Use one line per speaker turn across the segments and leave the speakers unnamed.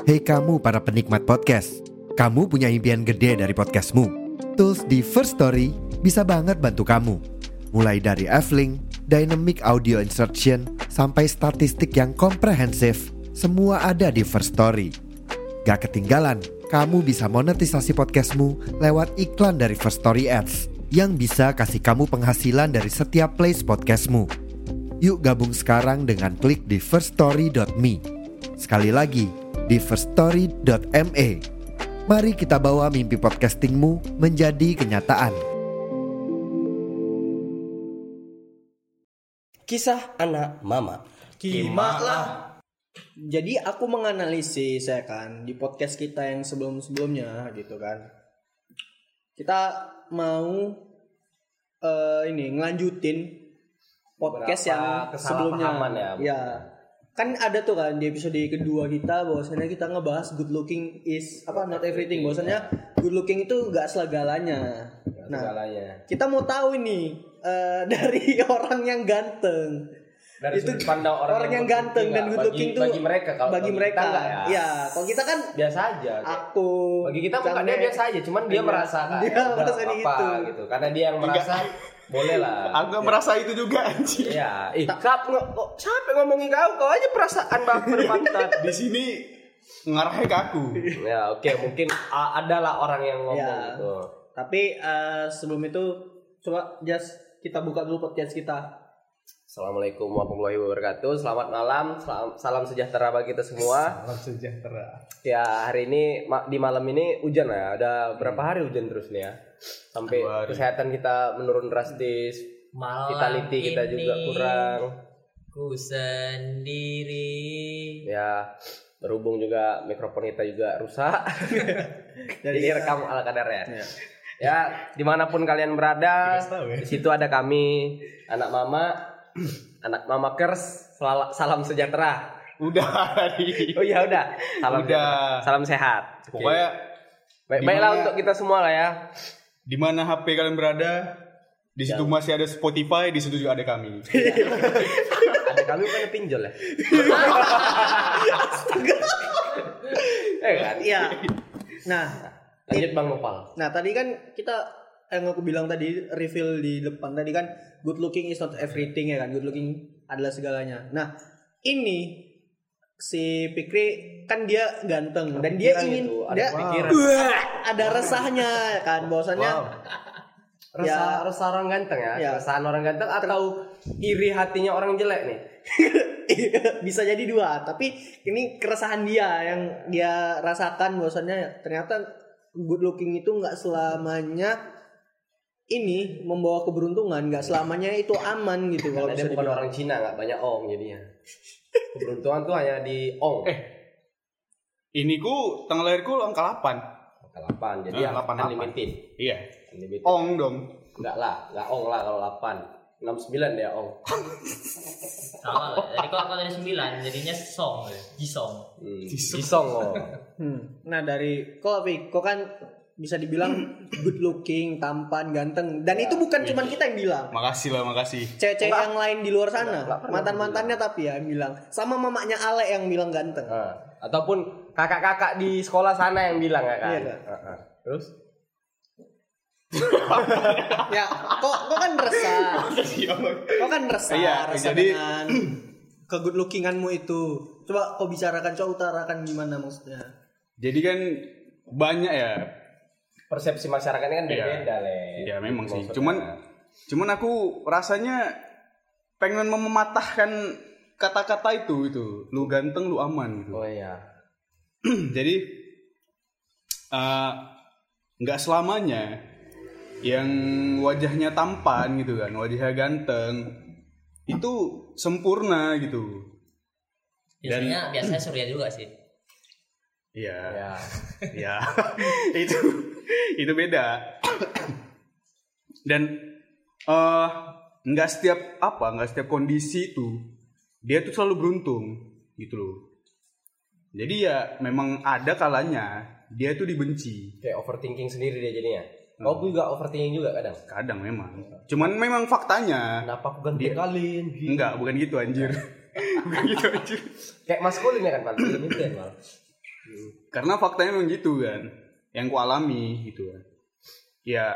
Hei kamu para penikmat podcast, kamu punya impian gede dari podcastmu. Tools di First Story bisa banget bantu kamu. Mulai dari F-Link, Dynamic Audio Insertion, sampai statistik yang komprehensif, semua ada di First Story. Gak ketinggalan, kamu bisa monetisasi podcastmu lewat iklan dari First Story Ads yang bisa kasih kamu penghasilan dari setiap plays podcastmu. Yuk gabung sekarang dengan klik di firststory.me. Sekali lagi, di firststory.me. Mari kita bawa mimpi podcastingmu menjadi kenyataan.
Kisah anak mama.
Kimak lah. Jadi aku menganalisis ya kan di podcast kita yang sebelum-sebelumnya gitu kan. Kita mau ngelanjutin podcast yang sebelumnya. Ya. Kan ada tuh kan di episode kedua kita bahwasannya kita ngebahas good looking is not everything. Bahwasannya good looking itu enggak segalanya. Kita mau tahu ini dari orang yang ganteng.
Dari
itu
pandang
orang yang ganteng dan good looking tuh
bagi mereka
enggak ya. Kalau kita kan
biasa aja.
Bagi
kita bukan dia biasa aja, cuman dia merasa gitu. Karena dia yang merasa boleh lah.
Aku merasa itu juga anjing.
Iya. Siapa ngomongin kau aja perasaan baper pantat.
Di sini ngarahnya ke aku.
Ya oke, mungkin adalah orang yang ngomong gitu.
Tapi sebelum itu coba kita buka dulu podcast kita.
Assalamualaikum warahmatullahi wabarakatuh. Selamat malam, salam sejahtera bagi kita semua.
Salam sejahtera.
Ya hari ini di malam ini hujan ya. Ada berapa hari hujan terus nih ya. Sampai kesehatan kita menurun drastis. Vitality kita juga kurang.
Ku sendiri.
Ya berhubung juga mikrofon kita juga rusak. Jadi rekam ala kadarnya. Ya dimanapun kalian berada, di situ ada kami anak mama kers, salam sejahtera.
Udah tadi.
Oh iya udah. Salam sehat.
Pokoknya
baiklah untuk kita semua lah ya.
Di mana HP kalian berada, di situ masih ada Spotify, di situ juga ada kami.
Ada kami kan pinjol ya. Kan?
Iya. Nah,
lanjut Bang Nopal.
Nah, tadi kan kita yang aku bilang tadi reveal di depan tadi kan good looking is not everything ya kan. Good looking adalah segalanya. Nah, ini si Fikri kan dia ganteng dan dia ingin
itu,
ada resahnya kan bahwasannya
resah orang ganteng ya. Keresahan orang ganteng atau iri hatinya orang jelek nih.
Bisa jadi dua, tapi ini keresahan dia yang dia rasakan bahwasannya ternyata good looking itu nggak selamanya ini membawa keberuntungan, nggak selamanya itu aman gitu.
Kalau dia bukan orang Cina, nggak banyak ong jadinya. Keberuntungan tuh hanya di ong.
Ini ku tanggal lahirku angka 8.
Angka 8, jadi 8 unlimited.
Iya.
Unlimited.
Ong dong.
Enggak ong lah kalau 8. 69 dia ong.
Salah. Jadi kalau dari 9 jadinya song, Jisong.
Jisong oh.
Nah dari kok kan bisa dibilang good looking, tampan, ganteng dan itu bukan cuma kita yang bilang.
Makasih.
Cewek-cewek yang lain di luar sana, mantan-mantannya tapi ya yang bilang. Sama mamanya Ale yang bilang ganteng.
Ataupun kakak-kakak di sekolah sana yang bilang ya kan.
Iya, kan?
Terus
ya, kok kan resah. Kok kan resah
jadi
dengan ke good lookinganmu itu. Coba kau utarakan gimana maksudnya.
Jadi kan banyak ya
persepsi masyarakatnya kan beda Le.
Ya memang sih. Cuman aku rasanya pengen mematahkan kata-kata itu. Lu ganteng, lu aman gitu.
Oh iya.
Jadi enggak selamanya yang wajahnya tampan gitu kan, wajahnya ganteng itu sempurna gitu.
Biasanya Surya juga sih.
Iya. Ya. itu beda. Dan enggak setiap kondisi itu dia tuh selalu beruntung gitu loh. Jadi ya memang ada kalanya dia tuh dibenci.
Kayak overthinking sendiri dia jadinya. Kau juga overthinking juga kadang?
Kadang memang. Cuman memang faktanya.
Kenapa aku ganti kalian?
Enggak, bukan gitu anjir. Bukan gitu anjir.
Kayak maskulin ya kan, Pak? Lebih kan, Pak.
Karena faktanya memang gitu kan, yang ku alami gitu kan. Ya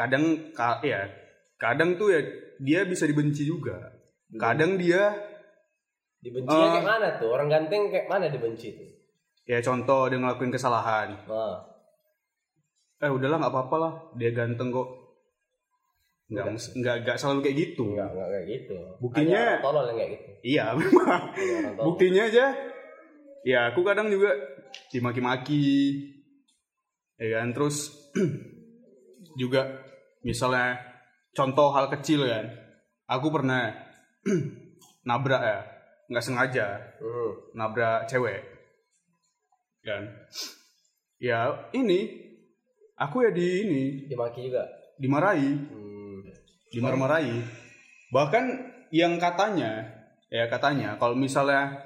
kadang tuh ya dia bisa dibenci juga. Kadang dia
dibencinya kayak mana tuh? Orang ganteng kayak mana dibenci tuh?
Ya contoh dia ngelakuin kesalahan. Udahlah nggak apa-apa lah, dia ganteng kok. Nggak selalu kayak gitu.
Nggak kayak gitu.
Buktinya
tolol yang kayak gitu.
Iya memang. Buktinya aja. Ya aku kadang juga dimaki-maki. Ya kan, terus juga misalnya contoh hal kecil kan. Aku pernah nabrak ya, nggak sengaja nabrak cewek. Kan. Ya ini aku ya
dimaki juga.
Dimarahi. Dimarah-marahi. Bahkan yang katanya kalau misalnya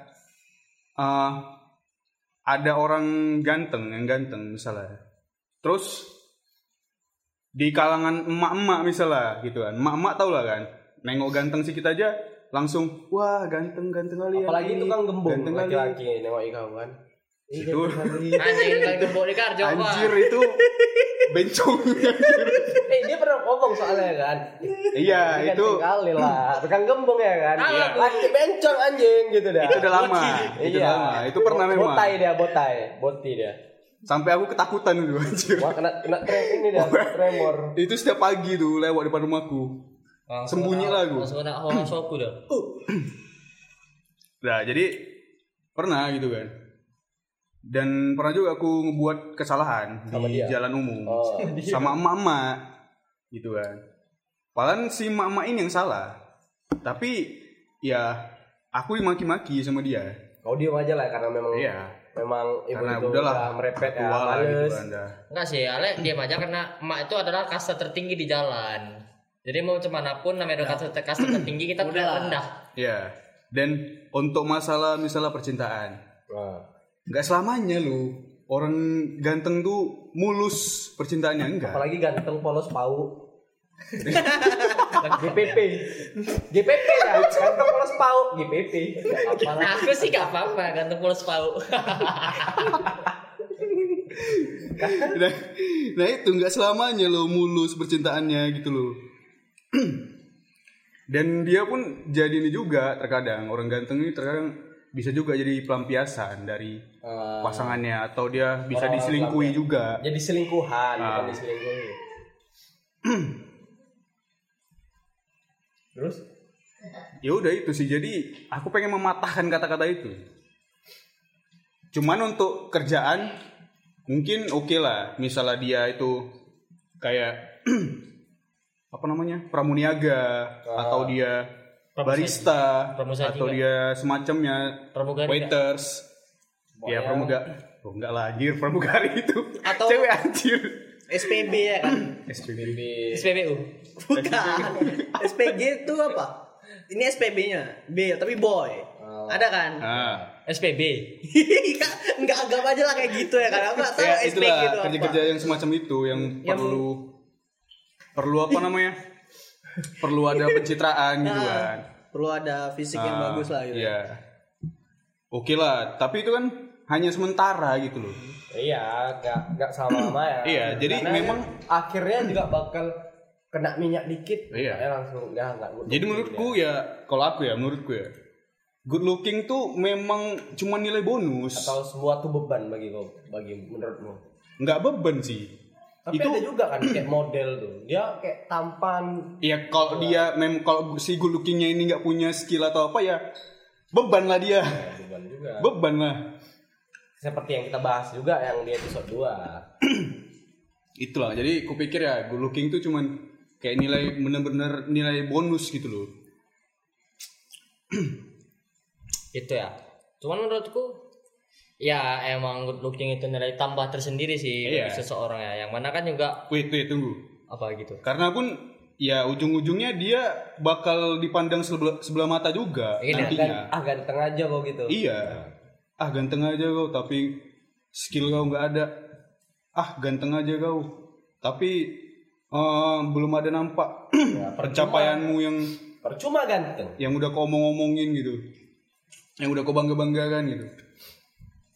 ada orang yang ganteng misalnya, terus di kalangan emak-emak misalnya gitu kan, emak-emak tau lah kan, nengok ganteng sedikit aja langsung wah ganteng kali.
Apalagi itu kan gembung laki-laki nengok kau kan.
Itu
anjing kan gembok di Karjo
anjir itu bencong.
Dia pernah ngomong soalnya kan.
Iya itu
kali lah tukang gembong ya kan.
Iya.
Laki bencong anjing gitu dah.
Itu udah lama. Itu pernah memang.
Boti dia.
Sampai aku ketakutan dulu anjir.
Wah kena tremor.
Itu setiap pagi tuh lewat depan rumahku. Sembunyi lah aku.
Langsung kena orang soku dah.
Nah, jadi pernah gitu kan. Dan pernah juga aku ngebuat kesalahan
sama
di
dia.
jalan umum sama emak-emak gitu kan. Padahal si emak-emak ini yang salah. Tapi ya aku dimaki-maki sama dia.
Kau diam aja lah karena memang ibu
karena
itu
udah
merepet ya,
males. Gitu,
Enggak sih, Ale diam aja karena emak itu adalah kasta tertinggi di jalan. Jadi mau cuman pun namanya kasta tertinggi kita udah rendah.
Iya. Dan untuk masalah misalnya percintaan. Nggak selamanya lu orang ganteng tuh mulus percintaannya, enggak.
Apalagi ganteng polos pau. GPP ya, ganteng polos pau GPP.
Aku sih gak apa-apa ganteng polos pau.
Nah itu nggak selamanya lo mulus percintaannya gitu loh. Dan dia pun jadi ini juga terkadang orang ganteng ini terkadang bisa juga jadi pelampiasan dari pasangannya atau dia bisa diselingkuhi juga.
Jadi selingkuhan, bukan diselingkuhi. Terus?
Ya udah itu sih. Jadi aku pengen mematahkan kata-kata itu. Cuman untuk kerjaan mungkin oke lah. Misalnya dia itu kayak pramuniaga atau dia barista atau dia semacamnya waiters ya pramugari itu
atau
cewek anjir
SPB ya kan
SPBU
bukan SPG itu apa ini SPB-nya B tapi boy ada kan
SPB
enggak anggap aja lah kayak gitu ya kan enggak tahu
ya,
SPG itu apa
kerja-kerja yang semacam itu yang perlu apa namanya perlu ada pencitraan gitu kan.
Perlu ada fisik yang bagus lah gitu.
Iya. Oke lah, tapi itu kan hanya sementara gitu loh.
Iya, enggak sama ya.
Iya, jadi karena memang
akhirnya juga bakal kena minyak dikit.
Iya.
Langsung enggak.
Jadi menurutku menurutku ya. Good looking tuh memang cuma nilai bonus
atau semua tuh beban bagi menurutmu?
Enggak beban sih.
Tapi itu ada juga kan kayak model tuh. Dia kayak tampan.
Iya, kalau dia kalau si good lookingnya ini nggak punya skill atau apa ya beban lah dia.
Ya, beban juga.
Beban lah.
Seperti yang kita bahas juga yang di episode 2.
Itulah. Jadi kupikir ya good looking tuh cuman kayak nilai bener-bener nilai bonus gitu loh.
Itu ya. Cuman menurutku ya emang good looking itu nilai tambah tersendiri sih bagi seseorang ya. Yang mana kan juga
Wait, tunggu.
Apa gitu?
Karena pun ya ujung-ujungnya dia bakal dipandang sebelah mata juga nantinya.
Ganteng aja kok gitu.
Iya. Ganteng aja kau tapi skill kau nggak ada. Ganteng aja kau tapi belum ada nampak pencapaianmu yang
percuma ganteng.
Yang udah kau omong-omongin gitu. Yang udah kau bangga-banggakan gitu.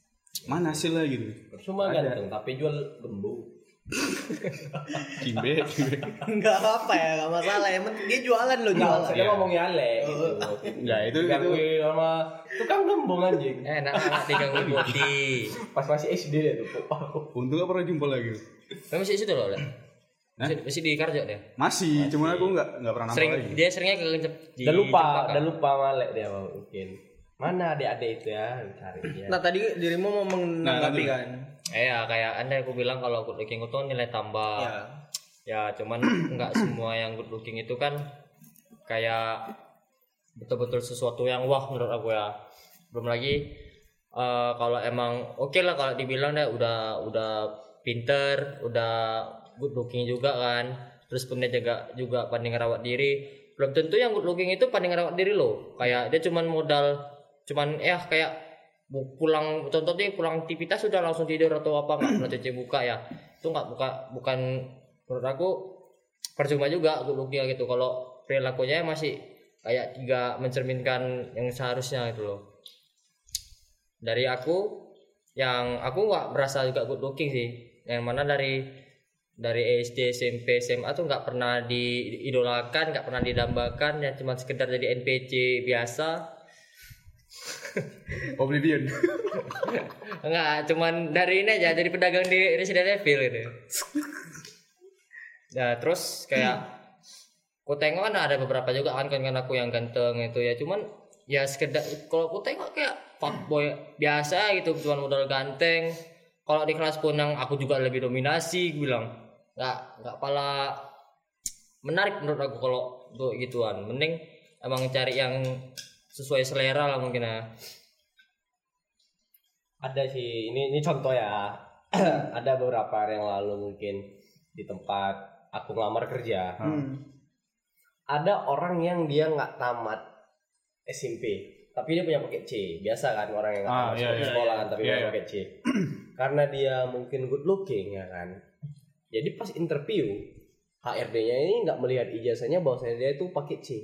Mana hasilnya gitu?
Cuma ganteng tapi jual gembung.
Cimbe.
Enggak apa ya, enggak masalah. Yang penting dia jualan loh, jualan.
Dia ngomongnya ale gitu.
Enggak, itu
sama tukang gembung anjing.
Enak diganggu body.
Pas masih SD dia tuh.
untung gak pernah jumpa lagi.
Masih situ loh, Le. Masih di Karjo dia.
Masih, cuman aku enggak pernah nampak lagi.
Dia seringnya ke
udah lupa malek dia mungkin. Mana adik-adik itu ya, cari dia.
Nah, tadi dirimu mau menanggapi kan?
Iya, kayak Anda aku bilang kalau good looking itu nilai tambah. Ya, cuman enggak semua yang good looking itu kan kayak betul-betul sesuatu yang wah menurut aku ya. Belum lagi kalau emang oke lah kalau dibilang deh udah pinter, udah good looking juga kan. Terus pun dia juga pandai ngerawat diri. Belum tentu yang good looking itu pandai ngerawat diri loh. Kayak dia cuman kayak pulang contohnya pulang aktivitas sudah langsung tidur atau apa nggak pernah cuci muka ya. Itu bukan menurut aku percuma juga good looking gitu kalau perilakunya masih kayak tidak mencerminkan yang seharusnya gitu loh. Dari aku nggak berasa juga good looking sih. Yang mana dari SD, SMP, SMA tuh nggak pernah diidolakan, nggak pernah didambakan, ya cuma sekedar jadi NPC biasa.
Oblivion.
Enggak, cuman dari ini aja jadi pedagang di Resident Evil gitu. Nah, terus kayak aku tengok kan ada beberapa juga kan aku yang ganteng itu ya, cuman ya sekedar kalau aku tengok kayak fuckboy biasa gitu, cuman modal ganteng. Kalau di kelas pun yang aku juga lebih dominasi, gue bilang nggak pala menarik menurut aku kalau untuk gituan. Mending emang cari yang sesuai selera lah mungkin ya.
Ada sih, ini contoh ya. Ada beberapa hari yang lalu mungkin di tempat aku ngelamar kerja. Ada orang yang dia nggak tamat SMP, tapi dia punya paket C. Biasa kan orang yang nggak tamat sekolah kan, tapi punya paket C. Karena dia mungkin good looking ya kan. Jadi pas interview HRD-nya ini nggak melihat ijazahnya bahwasanya dia itu paket C.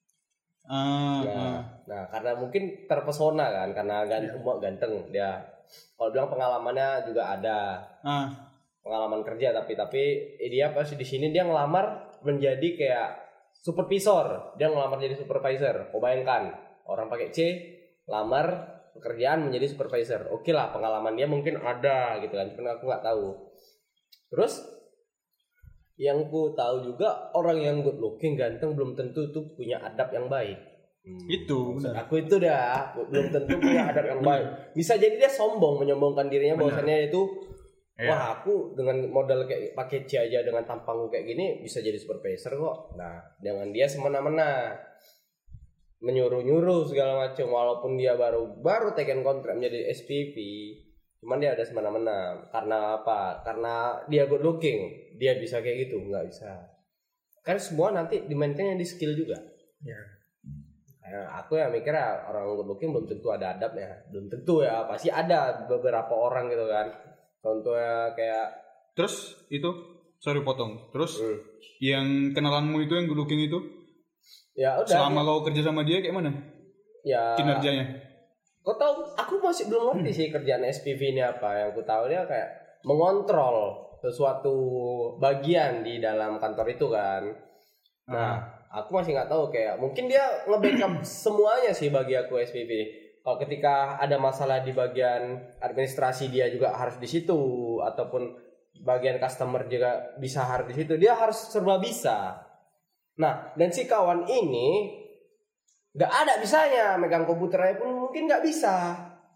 Nah, karena mungkin terpesona kan, karena ganteng dia. Kalau bilang pengalamannya juga ada, pengalaman kerja tapi dia pas di sini dia ngelamar menjadi kayak supervisor, dia ngelamar jadi supervisor. Kau bayangkan orang pakai C lamar pekerjaan menjadi supervisor. Oke lah, pengalaman dia mungkin ada gitu kan, cuma aku nggak tahu. Terus yang ku tahu juga orang yang good looking ganteng belum tentu tuh punya adab yang baik.
Itu benar.
Aku itu dah belum tentu punya adab yang baik. Bisa jadi dia menyombongkan dirinya bahwasannya itu wah aku dengan modal kayak pakai C aja dengan tampangku kayak gini bisa jadi supervisor kok. Nah, dengan dia semena-mena menyuruh-nyuruh segala macam walaupun dia baru taken kontrak menjadi SPV. Cuman dia ada semena-mena. Karena apa? Karena dia good looking. Dia bisa kayak gitu, nggak bisa. Kan semua nanti dimainkannya di skill juga. Ya. Nah, aku ya mikirnya orang good looking belum tentu ada adabnya. Belum tentu ya, pasti ada beberapa orang gitu kan. Contohnya kayak
terus itu, sorry potong. Terus yang kenalanmu itu yang good looking itu? Ya udah. Selama kau kerja sama dia kayak mana?
Ya.
Kinerjanya?
Kau tahu, aku masih belum ngerti sih kerjaan SPV ini apa. Yang aku tahu dia kayak mengontrol sesuatu bagian di dalam kantor itu kan. Nah, aku masih nggak tahu kayak mungkin dia nge-backup semuanya sih bagi aku SPV. Kalau ketika ada masalah di bagian administrasi dia juga harus di situ, ataupun bagian customer juga bisa harus di situ. Dia harus serba bisa. Nah, dan si kawan ini nggak ada bisanya megang komputernya pun mungkin nggak bisa.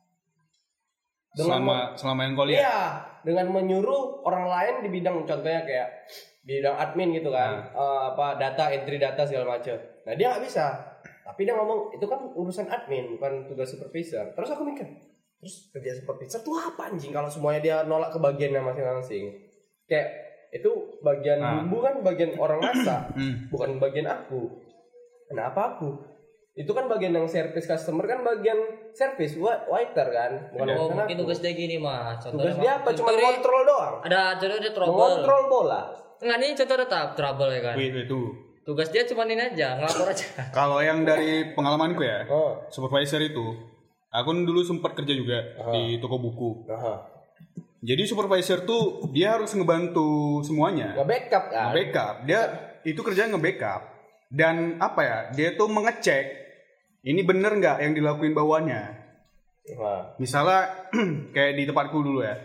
Selama yang kau lihat?
Iya, dengan menyuruh orang lain di bidang contohnya kayak di bidang admin gitu kan, entry data segala macam. Nah dia nggak bisa, tapi dia ngomong itu kan urusan admin bukan tugas supervisor. Terus aku mikir, terus kerja supervisor tuh apa anjing kalau semuanya dia nolak ke bagiannya masing-masing. Kayak itu bagian bumbu kan bagian orang masak, bukan bagian aku. Kenapa aku? Itu kan bagian yang service customer kan bagian service waiter kan.
Bukan mungkin tugas dia gini mah.
Tugas dia apa? Cuma kontrol doang.
Ada contohnya trouble.
Mengontrol bola.
Enggak, ini contoh tetap trouble ya kan.
Itu.
Tugas dia cuma ini aja, ngelapor aja.
Kalau yang dari pengalamanku ya, supervisor itu Aku dulu sempat kerja juga di toko buku. Jadi supervisor tuh dia harus ngebantu semuanya.
Nge-backup kan?
Nge-backup. Dia itu kerjanya nge-backup. Dan apa ya? Dia tuh mengecek ini bener nggak yang dilakuin bawahannya. Misalnya kayak di tempatku dulu ya.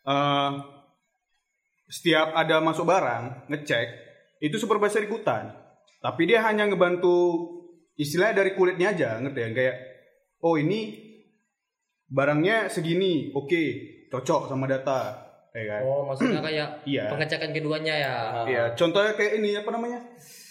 Setiap ada masuk barang, ngecek, itu supervisor ikutan. Tapi dia hanya ngebantu istilahnya dari kulitnya aja, ngerti ya? Kayak oh ini barangnya segini, oke, cocok sama data, ya kan?
Oh, maksudnya kayak pengecekan keduanya ya.
Iya, contohnya kayak ini apa namanya?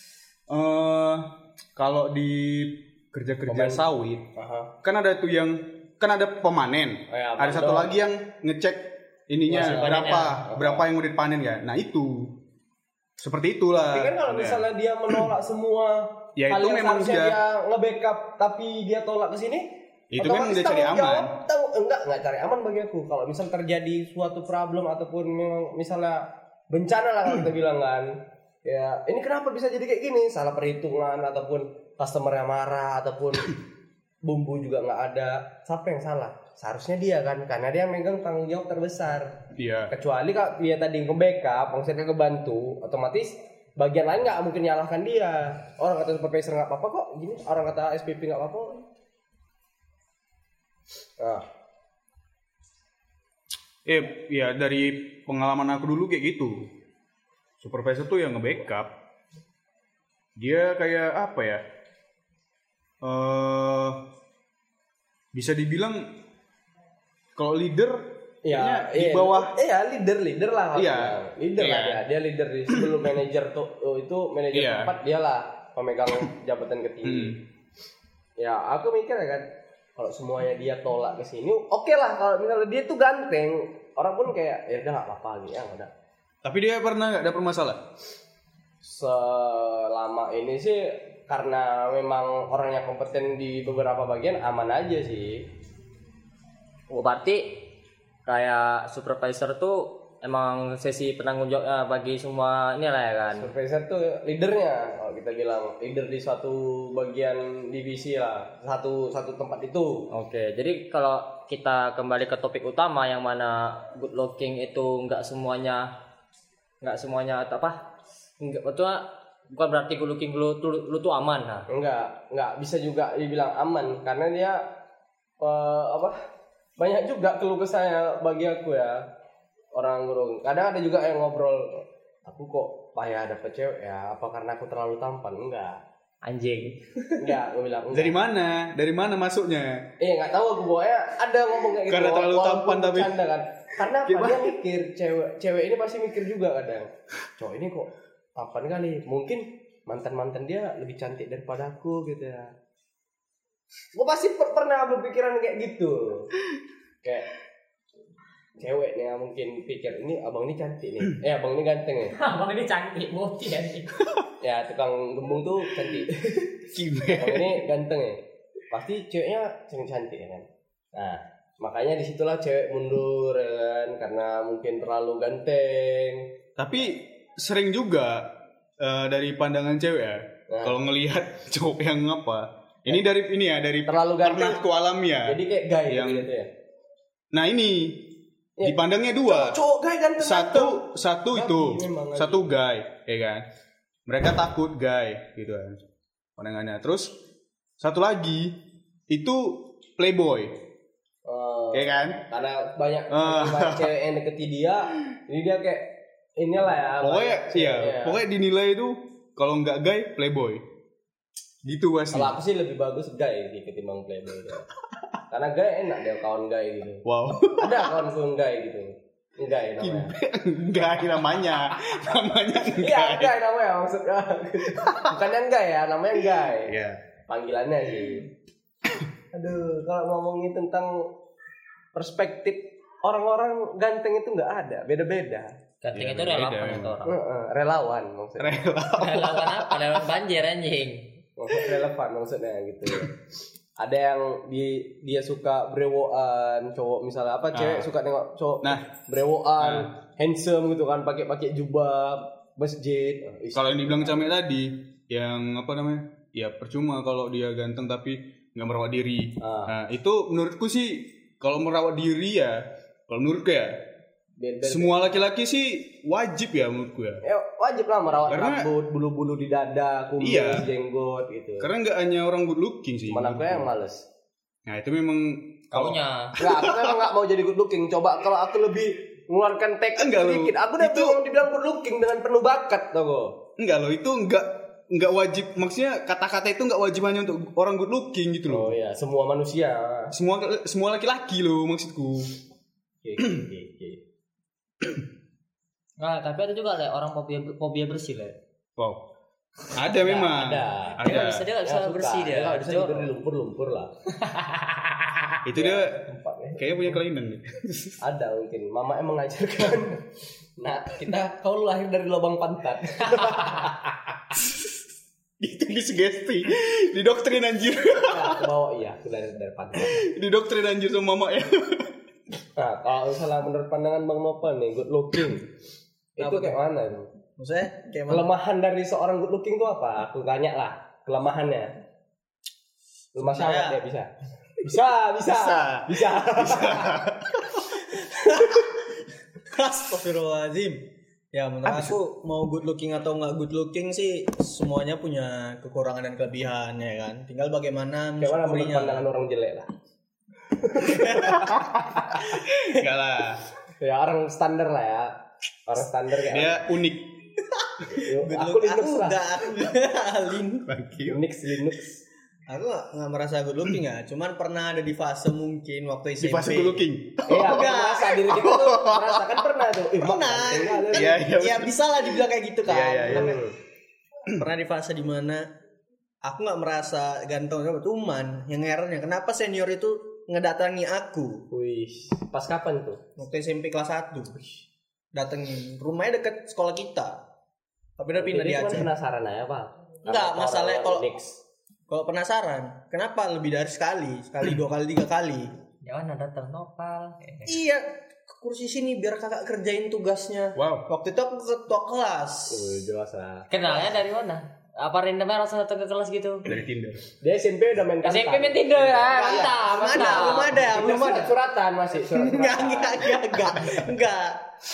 Kalau di kerja-kerja sawit, kan ada tuh yang kan ada pemanen, ada satu lagi yang ngecek ininya berapa yang udah dipanen ya. Nah itu seperti itulah.
Tapi kan kalau misalnya dia menolak semua
ya
hal
itu
yang
memang
dia nge-backup tapi dia tolak ke sini,
itu memang dia cari aman.
Enggak cari aman bagi aku. Kalau misal terjadi suatu problem ataupun memang misalnya bencana lah kalau kita bilang kan, ya ini kenapa bisa jadi kayak gini? Salah perhitungan ataupun customer yang marah ataupun bumbu juga nggak ada. Siapa yang salah? Seharusnya dia kan, karena dia yang megang tanggung jawab terbesar.
Iya.
Kecuali kalau dia tadi nge-backup, maksudnya ngebantu, otomatis bagian lain nggak mungkin nyalahkan dia. Orang kata supervisor nggak apa-apa kok, gini. Orang kata SPP nggak apa-apa. Nah.
Ya dari pengalaman aku dulu kayak gitu. Supervisor tuh yang nge-backup. Dia kayak apa ya? Bisa dibilang kalau leader
ya,
di bawah
leader lah.
Iya.
Leader lah dia leader di sebelum manajer tuh itu manajer tempat dia lah pemegang jabatan tertinggi. Ya aku mikir kan kalau semuanya dia tolak ke sini, oke lah kalau misalnya dia tuh ganteng, orang pun kayak ya udah enggak apa-apa gitu ya udah.
Tapi dia pernah enggak ada permasalahan?
Selama ini sih karena memang orangnya kompeten di beberapa bagian aman aja sih.
Oh, berarti kayak supervisor tuh emang sesi penanggung jawab bagi semua ini lah ya kan.
Supervisor tuh leadernya, kalau kita bilang leader di suatu bagian divisi lah, satu tempat itu.
Oke, jadi kalau kita kembali ke topik utama yang mana good looking itu nggak semuanya apa? Enggak betul. Bukan berarti good looking lu tuh aman nah.
Enggak bisa juga dibilang aman karena dia banyak juga keluh kesahnya bagi aku ya. Orang gurung. Kadang ada juga yang ngobrol, aku kok payah dapet cewek ya, apa karena aku terlalu tampan? Enggak.
Anjing.
Enggak, aku bilang enggak.
Dari mana masuknya?
Enggak tahu aku pokoknya ada ngomong kayak gitu.
Karena terlalu tampan tapi
bercanda kan. Karena apa dia mikir cewek ini pasti mikir juga kadang. Cowok ini kok tampan kali. Mungkin mantan dia lebih cantik daripada aku gitu ya. Gue pasti pernah berpikiran kayak gitu. Kayak cewek nih mungkin pikir ini abang ini cantik nih. Abang ini ganteng nih.
Abang ini cantik, boti ya.
Ya tukang gembung tuh cantik. Abang ini ganteng nih. Pasti ceweknya cantik ya kan. Nah makanya disitulah cewek mundur ya kan, karena mungkin terlalu ganteng.
Tapi sering juga dari pandangan cewek ya. Kalau ngelihat cowok yang apa? Ini dari
terlalu ganteng
aku alami ya.
Jadi kayak gay yang gitu ya.
Nah ini dipandangnya dua.
Cowok gay ganteng.
Satu itu, satu gay, ya kan. Mereka takut gay gitu kan. Pandangannya. Terus satu lagi itu playboy. Ya kan?
Karena banyak cewek yang deketi dia, jadi dia kayak inilah ya.
Pokoknya dinilai itu kalau nggak gay playboy. Gitu pasti.
Kalau aku sih lebih bagus gay sih ketimbang playboy. Karena gay enak deh kawan gay gitu.
Wow.
Ada kawanku yang gay gitu. Gay namanya.
Gay namanya.
Iya gay namanya maksudnya. Bukan yang gay ya, namanya gay.
Iya.
Panggilannya sih. Aduh, kalau ngomongin tentang perspektif orang-orang ganteng itu nggak ada, beda-beda.
Ganteng itu relawan itu orang.
Relawan maksudnya.
Relawan apa? Relawan banjir anjing.
Relevan maksudnya gitu ya. Ada yang dia suka brewokan cowok misalnya cewek suka nengok cowok brewokan handsome gitu kan pakai jubah masjid.
Kalau yang dibilang Camik tadi yang apa namanya ya percuma kalau dia ganteng tapi nggak merawat diri. Nah itu menurutku sih kalau merawat diri ya, kalau menurutku ya semua laki-laki sih wajib ya menurutku ya.
Wajib lah merawat rambut, bulu-bulu di dada, kumis, jenggot gitu.
Karena nggak hanya orang good looking sih.
Cuman aku yang males.
Nah itu memang
Kaunya.
Nggak, aku memang nggak mau jadi good looking. Coba kalau aku lebih mengeluarkan tag sedikit, aku udah belum dibilang good looking dengan penuh bakat, tau.
Enggak loh, itu enggak wajib. Maksudnya kata-kata itu enggak wajib hanya untuk orang good looking gitu loh.
Oh iya, semua manusia.
Semua laki-laki loh maksudku.
Oke.
Nah, tapi ada juga lah orang fobia bersih lah.
Wow. Ada memang.
Ada.
Dia nggak bisa bersih dia.
Nggak bisa tidur di lumpur lah.
Itu dia kayaknya punya kelainan.
Ada mungkin. Mama emang ngajarkan. Nah, kau lahir dari lubang pantat.
Itu disugesti. Didoktrin anjir.
Nah, aku lahir dari pantat.
Didoktrin anjir sama mama ya.
Nah, kalau misalnya menurut pandangan Bang Nopal nih, good looking. Itu kayak mana itu?
Maksudnya kayak mana?
Kelemahan dari seorang good looking itu apa? Aku tanya lah, kelemahannya. Lemah syahwat dia bisa.
Astagfirullahaladzim. Ya menurut aku mau good looking atau nggak good looking sih semuanya punya kekurangan dan kelebihan ya kan. Tinggal bagaimana
mensyukurinya. Pandangan orang jelek lah.
Enggak lah.
Ya orang standar lah ya. Orang standar kayak
dia unik.
Aku Linux lah. Linux.
Aku nggak merasa good looking ya. Cuman pernah ada di fase mungkin waktu SMP.
Di fase good looking.
Iya, merasa diri kita tuh merasakan pernah tuh.
Pernah. Ya bisa lah dibilang kayak gitu kan.
Iya.
Pernah di fase dimana aku nggak merasa ganteng, cuman yang herannya kenapa senior itu ngedatangi aku.
Wih, pas kapan tuh?
Waktu SMP kelas 1. Datengin, rumahnya deket sekolah kita. Tapi udah pindah di Aceh.
Penasaran aja, Pak.
Enggak, masalahnya kalau penasaran, kenapa lebih dari sekali, 2 kali, 3 kali?
Jangan datang Nopal.
Iya, ke kursi sini biar kakak kerjain tugasnya.
Wow.
Waktu itu aku ketua kelas.
Jelas lah.
Kenalnya dari mana? Apa randomnya langsung datang ke kelas gitu?
Dari Tinder.
Dia SMP udah main kantan.
SMP main Tinder ya,
Belum ada.
Suratan masih.
Enggak.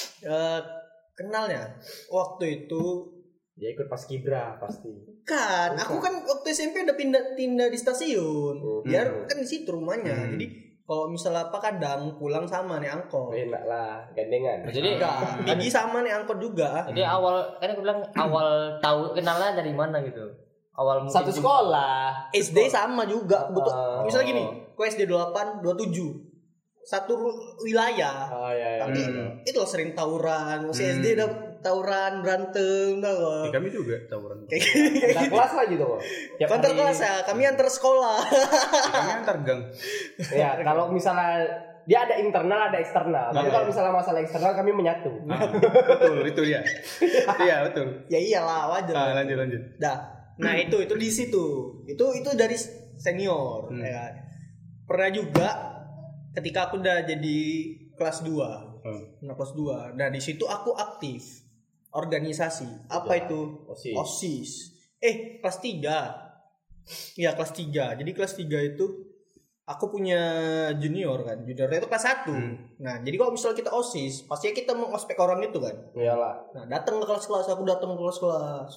Kenalnya waktu itu
dia ikut pas Kibra pasti.
Kan, aku kan waktu SMP udah pindah di stasiun. Dia kan di situ rumahnya. Jadi kalau misalnya kadang pulang sama nih angkot.
Enak lah, gandengan.
Jadi
Bigi sama nih angkot juga.
Jadi kan aku bilang awal tahu kenalnya dari mana gitu. Awal
satu sekolah.
SD sama juga. Misalnya gini, aku SD 28, 27. Satu wilayah. Tapi itu sering tawuran. Masih SD udah tawuran, berantem, tau.
Kami juga tawuran.
Antar kelas lah gitu kok.
Antar kelas ya, kami antar sekolah.
Kami antar gang.
Ya, kalau misalnya dia ada internal, ada eksternal. Tapi kalau misalnya masalah eksternal kami menyatu.
Betul, itu dia. Iya, betul.
Ya iyalah, wajar.
Lanjut.
Nah, itu di situ. Itu dari senior, ya kan. Pernah juga ketika aku udah jadi kelas 2. Nah, kelas 2. Nah, di situ aku aktif organisasi. Apa itu? OSIS. Kelas 3. Iya, kelas 3. Jadi kelas 3 itu aku punya junior kan. Juniornya itu kelas 1. Nah, jadi kalau misalnya kita OSIS, pastinya kita mau ospek orang itu kan.
Iyalah.
Nah, datang ke kelas-kelas, aku datang ke kelas-kelas.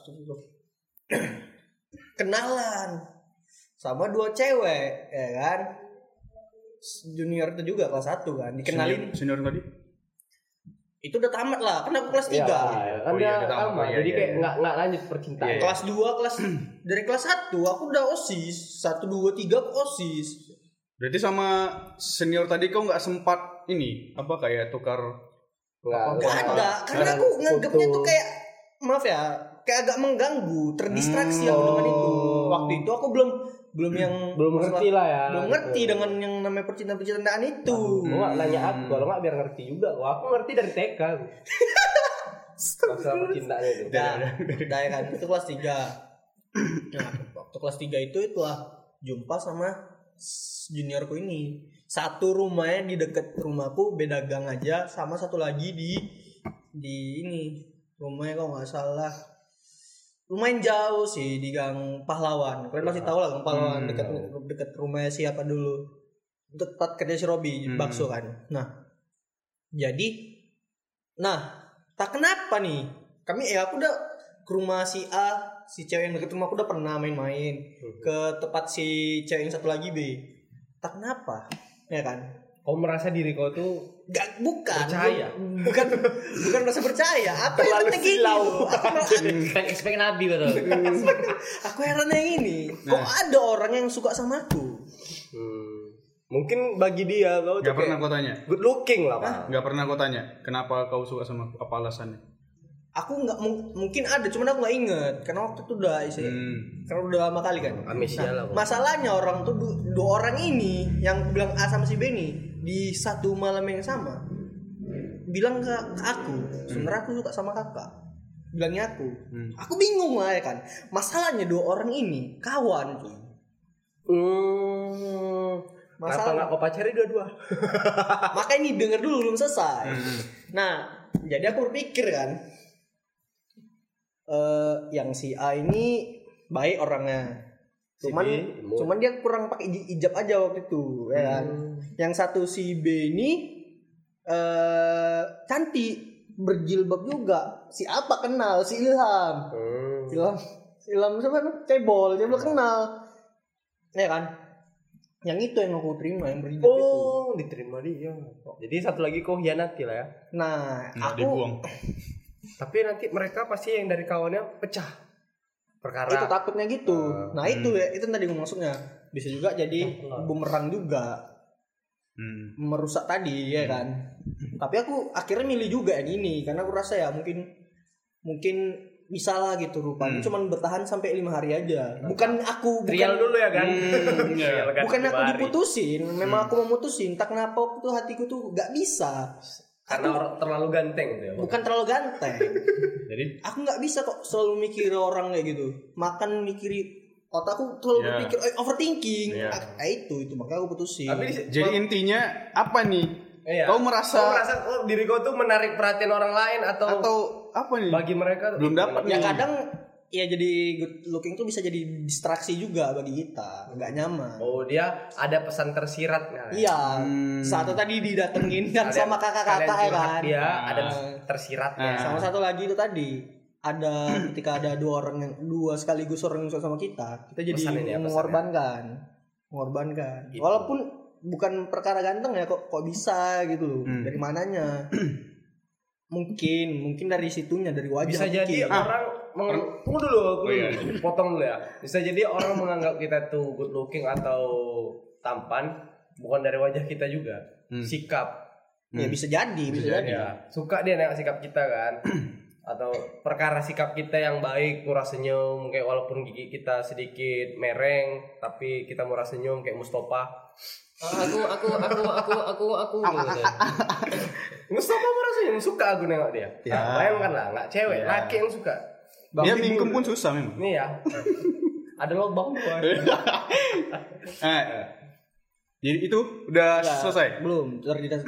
Kenalan sama 2 cewek, ya kan? Junior itu juga kelas 1 kan. Dikenalin
senior tadi.
Itu udah tamat lah, kan aku kelas 3.
Kan dia tamat. Jadi kayak enggak lanjut percintaan.
Kelas 2 dari kelas 1 aku udah OSIS. 1 2 3 aku OSIS.
Berarti sama senior tadi kau enggak sempat ini apa kayak tukar
Enggak ada, karena aku nganggapnya tuh kayak maaf ya, kayak agak mengganggu, terdistraksi dengan itu. Waktu itu aku belum
ngerti lah ya.
Belum ngerti dengan yang namanya percintaan itu.
Enggak nanya aku, kalau enggak biar ngerti juga. Wah, aku ngerti dari TK. Masalah percintaan itu.
Udah kan, itu kelas 3. Nah, waktu kelas 3 itu itulah jumpa sama juniorku ini. Satu rumahnya di dekat rumahku, beda gang aja, sama satu lagi di ini. Rumahnya kalau enggak salah lumayan jauh sih di Gang Pahlawan. Kalian masih tahu lah Gang Pahlawan dekat rumah siapa dulu. Tempat kerja si Robi bakso kan. Nah, tak kenapa nih? Aku udah ke rumah si A, si cewek yang deket rumah aku udah pernah main-main ke tempat si cewek yang satu lagi B. Tak kenapa? Ya kan?
Kau merasa diri kau tuh
bukan
percaya?
Bukan merasa percaya. Apa yang penting gini?
Expect Nabi betul.
Aku heran yang ini. Kok ada orang yang suka sama aku?
Mungkin bagi dia kau
Gak pernah kau tanya.
Good looking lah, Pak.
Gak pernah kau tanya. Kenapa kau suka sama aku? Apa alasannya?
Aku nggak mungkin ada, cuman aku nggak inget karena waktu itu udah karena udah lama kali kan. Masalahnya orang tuh dua orang ini yang bilang A sama si B nih di satu malam yang sama bilang ke aku, sebenarnya aku suka sama kakak. Bilangnya aku bingung lah ya kan. Masalahnya dua orang ini kawan tuh.
Kenapa nggak kau pacari dua-dua?
Makanya ini denger dulu belum selesai. Nah, jadi aku berpikir kan, yang si A ini baik orangnya, cuman dia kurang pakai hijab aja waktu itu, ya kan. Yang satu si B ini cantik, berjilbab juga. Si apa kenal? Si Ilham. Ilham siapa? Cebol kenal, ya kan. Yang itu yang aku terima, yang berhijab itu.
Diterima dia. Jadi satu lagi kau hianati lah ya.
Nah, aku
dibuang.
Tapi nanti mereka pasti yang dari kawannya pecah perkara.
Itu takutnya gitu. Itu tadi gue maksudnya. Bisa juga jadi bumerang juga. Merusak tadi ya kan. Tapi aku akhirnya milih juga yang ini karena aku rasa ya mungkin bisa lah gitu rupanya. Cuman bertahan sampai 5 hari aja. Bukan aku
trial dulu ya kan.
Bukan aku diputusin, memang aku memutusin. Tak kenapa waktu itu hatiku tuh gak bisa.
Karena terlalu ganteng gitu ya.
Bukan terlalu ganteng.
Jadi
aku gak bisa kok selalu mikir orang kayak gitu. Makan mikiri otakku terlalu berpikir overthinking. Itu makanya aku putusin.
jadi intinya apa nih? Kau merasa
diri kau tuh menarik perhatian orang lain atau
apa nih?
Bagi mereka
belum dapat.
Ya kadang ya jadi good looking tuh bisa jadi distraksi juga bagi kita, nggak nyaman.
Dia ada pesan tersirat kan?
Iya. Satu tadi didatengin kan sama kakak-kakak ya kan.
Dia ada tersiratnya.
Sama satu lagi itu tadi ada ketika ada dua sekaligus orang yang suka sama kita jadi mengorbankan. Gitu. Walaupun bukan perkara ganteng ya kok bisa gitu loh. Dari mananya? mungkin dari situnya, dari wajah.
Bisa jadi orang tunggu dulu, potong dulu ya. Bisa jadi orang menganggap kita tuh good looking atau tampan bukan dari wajah kita juga, sikap.
Ya bisa jadi.
Ya. Suka dia nengok sikap kita kan. Atau perkara sikap kita yang baik, murah senyum, kayak walaupun gigi kita sedikit mereng tapi kita murah senyum kayak Mustafa. Aku gitu. Mustafa murah senyum, suka aku nengok dia. Bayangkan lah, nggak cewek, laki yang suka.
Dia mingkem pun susah memang.
Nih ya. Ada lubang gua.
Jadi itu udah selesai?
Belum,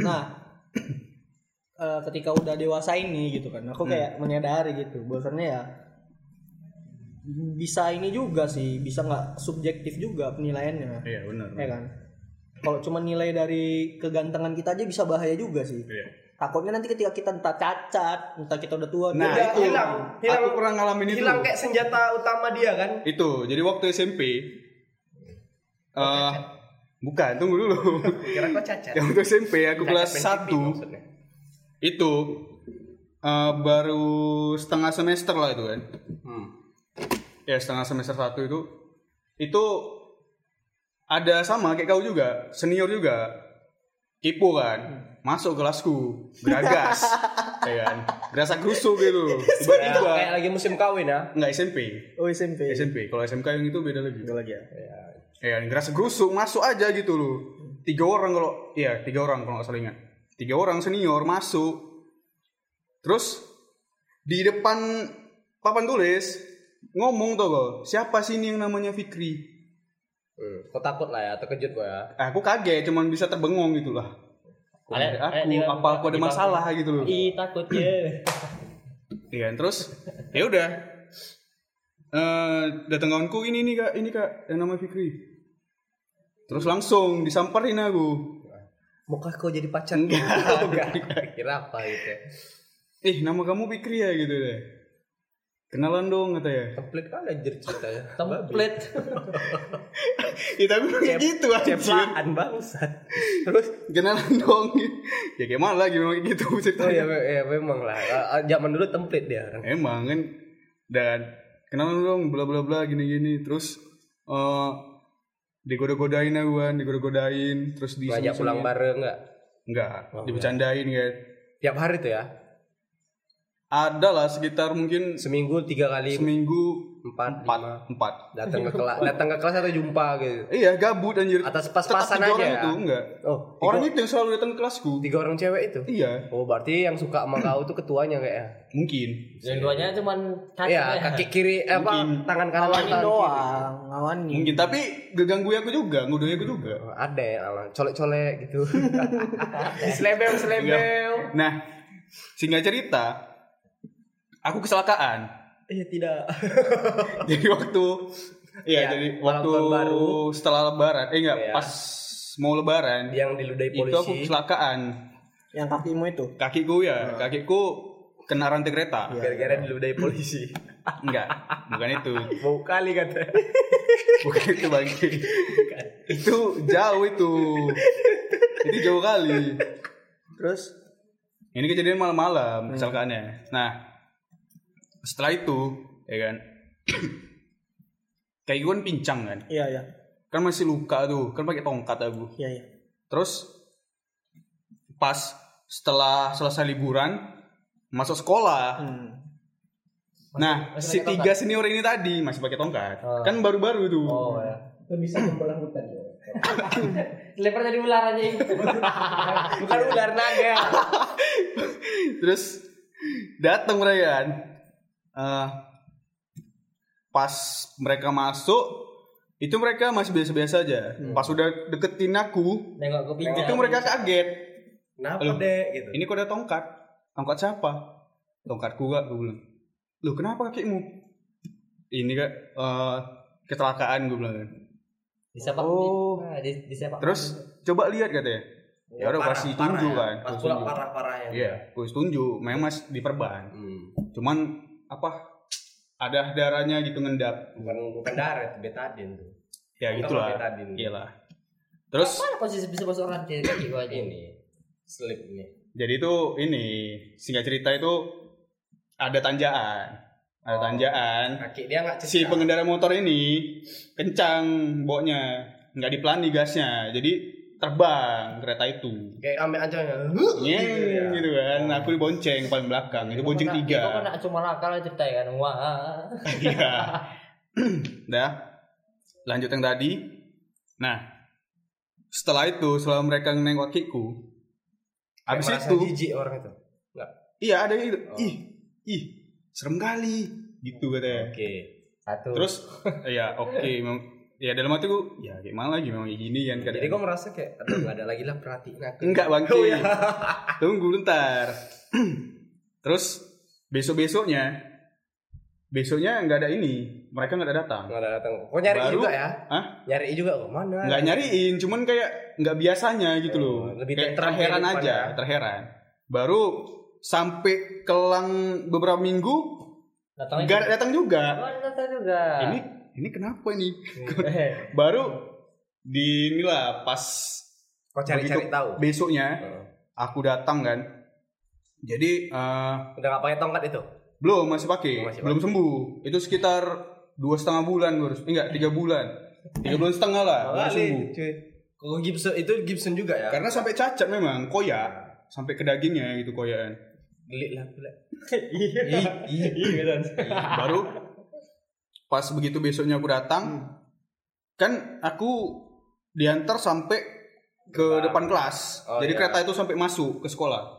ketika udah dewasa ini gitu kan, aku kayak menyadari gitu bahwasannya ya bisa ini juga sih, bisa nggak subjektif juga penilaiannya.
Iya benar.
Ya kan, kalau cuma nilai dari kegantengan kita aja bisa bahaya juga sih. Takutnya nanti ketika kita entah cacat, entah kita udah tua,
hilang.
Aku pernah ngalamin itu.
Hilang kayak senjata utama dia kan?
Itu, jadi waktu SMP. Bukan, tunggu dulu.
Kira kok cacat.
Yang waktu SMP aku kelas 1. Itu baru setengah semester lah itu kan. Ya setengah semester 1 itu ada sama kayak kau juga, senior juga, kipo kan, masuk kelasku, beragas, ya kan, berasa kerusuk gitu, tiba-tiba.
Kayak lagi musim kawin ya?
Nggak SMP.
Oh SMP.
Kalau SMK yang itu beda lagi.
Beda lagi ya.
Ya, berasa kerusuk, masuk aja gitu loh. 3 orang kalau nggak salah ingat. 3 orang senior masuk. Terus di depan papan tulis ngomong tuh kok, siapa sih ini yang namanya Fikri?
Kau takut lah ya, terkejut kok ya.
Aku kaget, cuman bisa terbengong gitu lah. Aku ada masalah gitu loh.
Takut ya.
Iya, terus ya udah. datang kawanku ini kak yang namanya Fikri. Terus langsung disamperin aku.
Maukah kau jadi pacar?
Enggak.
Kira apa gitu?
Nama kamu Fikri ya gitu deh. Kenalan dong katanya.
Template kan aja ceritanya.
Template.
Ya tapi kayak gitu anjir.
Ceplaan bangsat. Terus
Kenalan dong. Ya kayak mana lagi memang kayak gitu ceritanya.
ya memang lah. Zaman dulu template dia.
Emang kan. Dan kenalan dong bla bla bla gini-gini. Terus digoda-godain terus
ngajak pulang bareng
enggak dibercandain kan.
Tiap hari tuh ya?
Ada lah sekitar mungkin
seminggu 3 kali.
Seminggu
4. Datang ke kelas atau jumpa gitu.
Iya, gabut anjir.
Atas pas-pasan aja ya?
Itu enggak. Orang itu yang selalu datang ke kelasku.
3 orang cewek itu?
Iya.
Oh, berarti yang suka sama kau tuh ketuanya kayaknya.
Mungkin.
Yang duanya cuman
kaki kiri tangan kanan
doang, ngawani.
Mungkin tapi ngeganggu aku juga, ngudoin aku juga.
Ada ya, colek-colek gitu. Selebel.
Nah, singkat cerita, aku kecelakaan.
Tidak.
Jadi waktu baru setelah lebaran, pas mau lebaran
yang diludahi polisi.
Itu aku kecelakaan.
Yang kakimu itu?
Kakiku kena rantai kereta.
Gara-gara diludahi polisi.
Enggak, bukan itu.
Bau kali katanya.
Bukan itu Bang. Itu jauh itu. Itu jauh kali.
Terus
ini kejadian malam-malam kecelakaannya. Nah, setelah itu, ya kan, kayak gue kan pincang kan.
Iya.
Kan masih luka tuh, kan pakai tongkat aku.
Iya.
Terus pas setelah selesai liburan masuk sekolah. Nah, si 3 senior ini tadi masih pakai tongkat. Kan baru-baru tuh.
Oh ya.
Itu bisa membelah hutan.
Lempar jadi ular aja itu.
Bukan ular naga.
Terus datang mereka kan. Pas mereka masuk itu mereka masih biasa-biasa aja. Pas udah deketin aku,
nengok ke pinggir.
itu mereka kaget.
Kenapa deh gitu?
Ini kok ada tongkat? Tongkat siapa? Tongkatku gak? Gue bilang. Loh kenapa kakimu? Ini kak kecelakaan gue bilang.
Disepak.
Terus coba lihat katanya. Ya udah kasih tunjuk kan.
Pas pulang parah-parah ya.
Iya, gue tunjuk. Memang mas diperban. Cuman ada darahnya gitu ngendap.
Bukan darah, betadin tuh.
Ya gitulah. Iyalah. Terus
apa sih bisa masuk rantai kaki gua aja
ini slip ini.
Jadi itu singkat cerita itu ada tanjakan.
Kaki dia enggak
si pengendara motor ini kencang boknya, enggak dipelani gasnya. Jadi terbang kereta itu.
Kayak ambil ancangnya.
Gitu kan. Aku dibonceng paling belakang. Itu bonceng 3.
Itu kan cuma nakal cerita kan. Wah.
Iya. Dah. Lanjut yang tadi. Nah, setelah mereka nengok kakiku. Habis itu
jijik orang itu. Enggak.
Iya, ada gitu. Ih, serem kali gitu katanya.
Oke. Satu.
Terus ya oke. Ya dalam hati gue, ya gimana lagi memang gini kan.
Jadi gue merasa kayak nggak ada lagi lah perhatiin aku.
Enggak Bang. Tunggu bentar. Terus besoknya nggak ada ini. Mereka nggak ada datang.
Kok nyariin juga ya?
Hah?
Nyariin juga kok mana?
Nggak nyariin, cuman kayak nggak biasanya gitu loh.
Lebih
kayak terheran aja, terheran. Baru sampai kelang beberapa minggu nggak datang juga. Ini kenapa ini? Baru inilah pas
kok cari-cari tahu.
Besoknya aku datang kan. Jadi
udah nggak pakai tongkat itu?
Belum, masih pakai. Belum sembuh. Itu sekitar 2,5 bulan baru. 3 bulan. 3 bulan setengah lah baru sembuh.
Kok Gibson juga ya?
Karena sampai cacat memang, koyak. Sampai ke dagingnya gitu koyakan.
Gelik lah.
Baru pas begitu besoknya aku datang, kan aku diantar sampai ke depan kelas. Jadi kereta itu sampai masuk ke sekolah.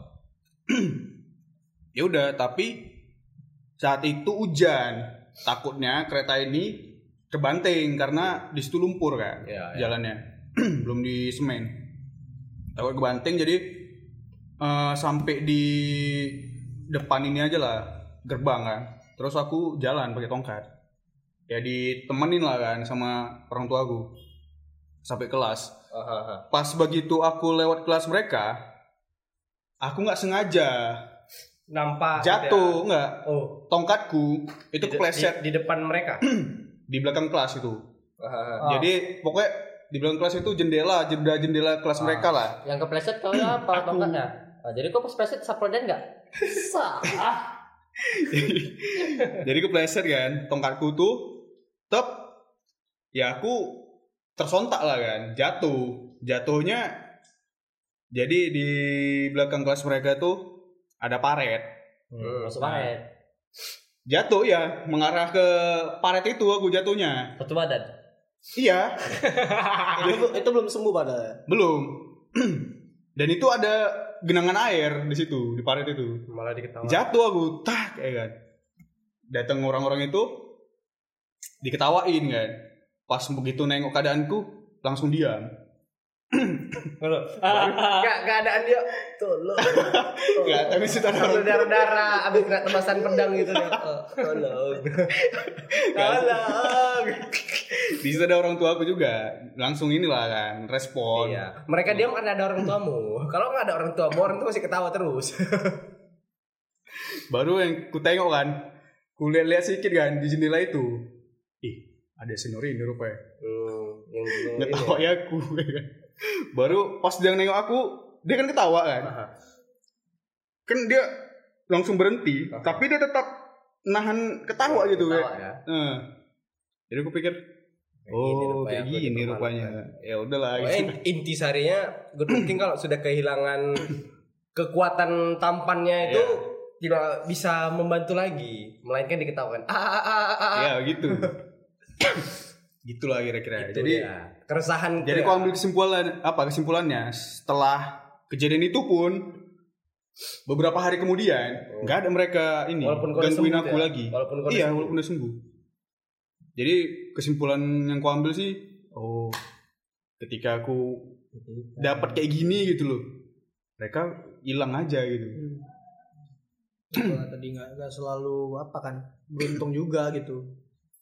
Ya udah, tapi saat itu hujan. Takutnya kereta ini kebanting karena di situ lumpur kan jalannya. Belum di semen. Takut kebanting jadi sampai di depan ini aja lah gerbang kan. Terus aku jalan pakai tongkat. ya ditemenin lah kan sama orang tuaku sampai kelas. Pas begitu aku lewat kelas mereka, aku nggak sengaja
nampak
jatuh,
gitu ya?
Enggak. Tongkatku itu kepleset
di depan mereka.
Di belakang kelas itu. Jadi pokoknya di belakang kelas itu jendela kelas mereka lah.
Yang kepleset kau apa tongkatnya? Jadi kau pas pleset saprodan enggak? Sah.
Jadi kepleset kan, tongkatku tuh ya aku tersontak lah kan, jatuhnya jadi di belakang kelas mereka tuh ada paret.
Masuk paret.
Jatuh ya, mengarah ke paret itu aku jatuhnya.
Satu badan.
Iya.
Itu belum sembuh padahal.
Belum. Dan itu ada genangan air di situ, di paret itu.
Malah diketawain.
Jatuh aku, kayak kan. Datang orang-orang itu diketawain kan. Pas begitu nengok keadaanku, langsung diam.
Gak keadaan dia tolong.
Enggak, tapi situ ada orang
darah abis kena tebasan pedang gitu deh. Tolong.
Di situ ada orang tua aku juga. Langsung inilah kan, respon.
Iya. Mereka diam karena ada orang tuamu. Kalau nggak ada orang tuamu, orang tua masih ketawa terus.
Baru yang ku tengok kan, ku lihat sedikit kan di jendela itu. Ada senorin di rupanya. Ngetawa ya aku. Baru pas dia nengok aku, dia kan ketawa kan. Kan dia langsung berhenti, tapi dia tetap nahan ketawa gitu kan.
Ya.
Jadi aku pikir, kayak gini rupanya. Ya udahlah.
Inti sarinya good looking kalau sudah kehilangan kekuatan tampannya itu tidak bisa membantu lagi, melainkan diketawakan.
Ya gitu. Gitulah kira-kira.
Gitu
jadi
keresahan.
Jadi kau ambil kesimpulannya setelah kejadian itu pun beberapa hari kemudian nggak ada mereka ini gangguin aku lagi. Walaupun udah sembuh. Jadi kesimpulan yang kau ambil sih, ketika aku dapat kayak gini gitu loh, mereka hilang aja gitu.
Tadi nggak selalu beruntung juga gitu.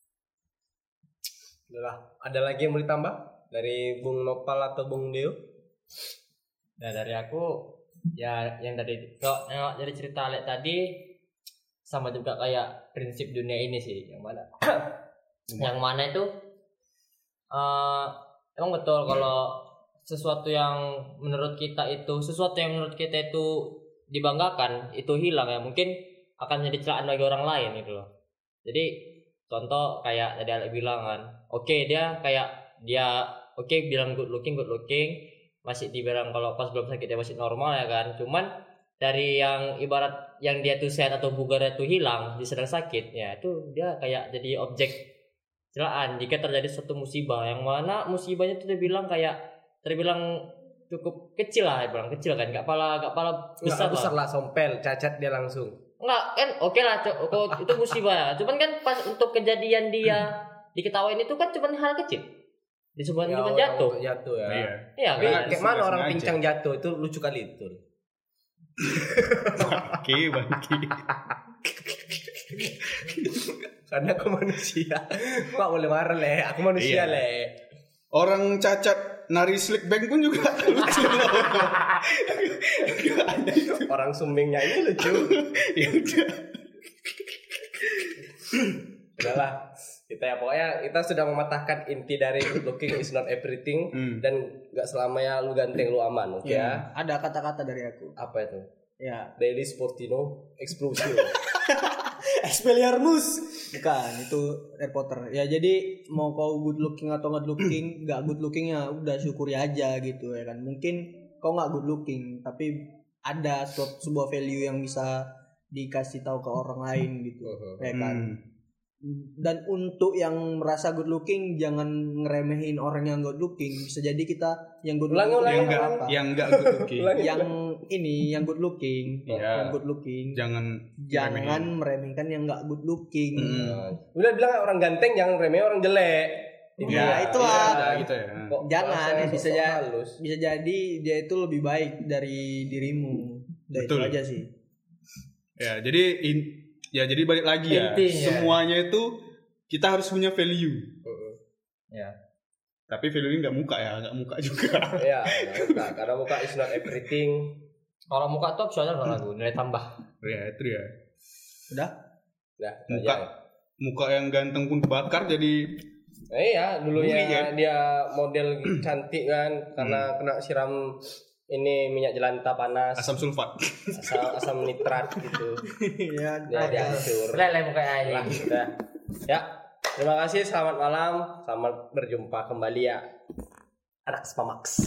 Ada lagi yang mau ditambah dari Bung Nopal atau Bung Deo?
Nah dari aku ya yang tadi nengok dari cerita Alek tadi sama juga kayak prinsip dunia ini sih, yang mana itu emang betul kalau sesuatu yang menurut kita itu dibanggakan itu hilang ya, mungkin akan jadi celaan bagi orang lain gitu loh. Jadi contoh kayak tadi Alek bilang kan, bilang good looking masih dibilang kalau pas belum sakit dia masih normal ya kan. Cuman dari yang ibarat yang dia tuh sehat atau bugar itu hilang, dia sedang sakit ya, itu dia kayak jadi objek celaan jika terjadi suatu musibah, yang mana musibahnya itu terbilang cukup kecil lah, kecil kan, enggak pala besar
lah, sompel cacat dia langsung.
Enggak kan, oke lah itu musibah. Cuman kan pas untuk kejadian dia diketawain itu kan cuma hal kecil. Disebut cuma jatuh.
Jatuh ya.
Iya kan.
Kayak mana orang pincang jatuh itu lucu kali itu.
Bangki.
Karena aku manusia. Kok boleh marah le? Aku manusia le.
Orang cacat nari slick back pun juga lucu.
Orang sumbingnya ini lucu.
Ya udah.
Udahlah. Pokoknya kita sudah mematahkan inti dari good looking is not everything. Dan gak selamanya lu ganteng lu aman, oke ya?
Ada kata-kata dari aku.
Apa itu?
Ya.
Daily Sportino Explosion.
Expelliarmus. Bukan, itu Harry Potter. Ya jadi mau kau good looking atau nggak looking, nggak good looking ya udah syukuri aja gitu ya kan. Mungkin kau nggak good looking, tapi ada sebuah value yang bisa dikasih tahu ke orang lain gitu, ya kan. Dan untuk yang merasa good looking, jangan ngeremehin orang yang good looking. Bisa jadi kita yang good looking
yang enggak good looking.
yang good looking, yang good looking. Jangan meremehkan yang enggak good looking.
Udah bilang orang ganteng jangan remeh orang jelek.
Ya itulah.
Gitu ya.
Jangan bisa jadi dia itu lebih baik dari dirimu. Itu aja sih.
Ya, jadi balik lagi ya. Semuanya itu kita harus punya value.
Ya.
Tapi value ini nggak muka juga.
Iya, muka. Karena muka is not everything.
Kalau muka top soalnya lagu nilai tambah.
Ya itu ya.
Udah.
Muka yang ganteng pun bakar jadi.
Iya, dulunya dia model cantik kan, karena kena siram ini minyak jelantah panas,
Asam sulfat,
asam nitrat gitu.
Ya,
dia hancur.
Lele muka aja.
Ya, terima kasih. Selamat malam. Selamat berjumpa kembali ya, anak Spamax.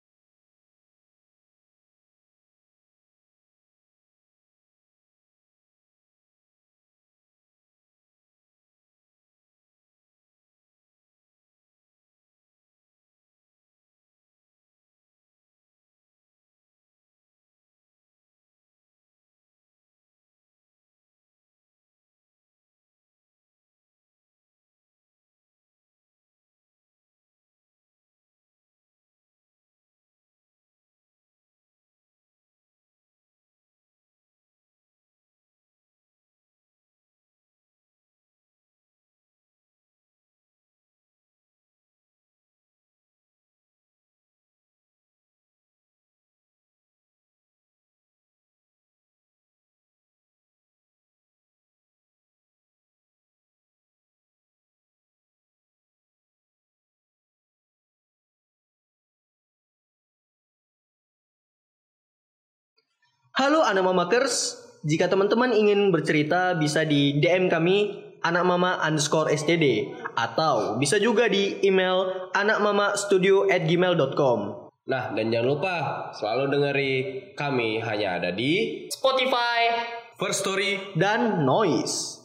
Halo anak mamakers, jika teman-teman ingin bercerita bisa di DM kami anakmama_std atau bisa juga di email anakmamastudio@gmail.com.
Nah, dan jangan lupa selalu dengeri kami hanya ada di
Spotify,
First Story
dan Noise.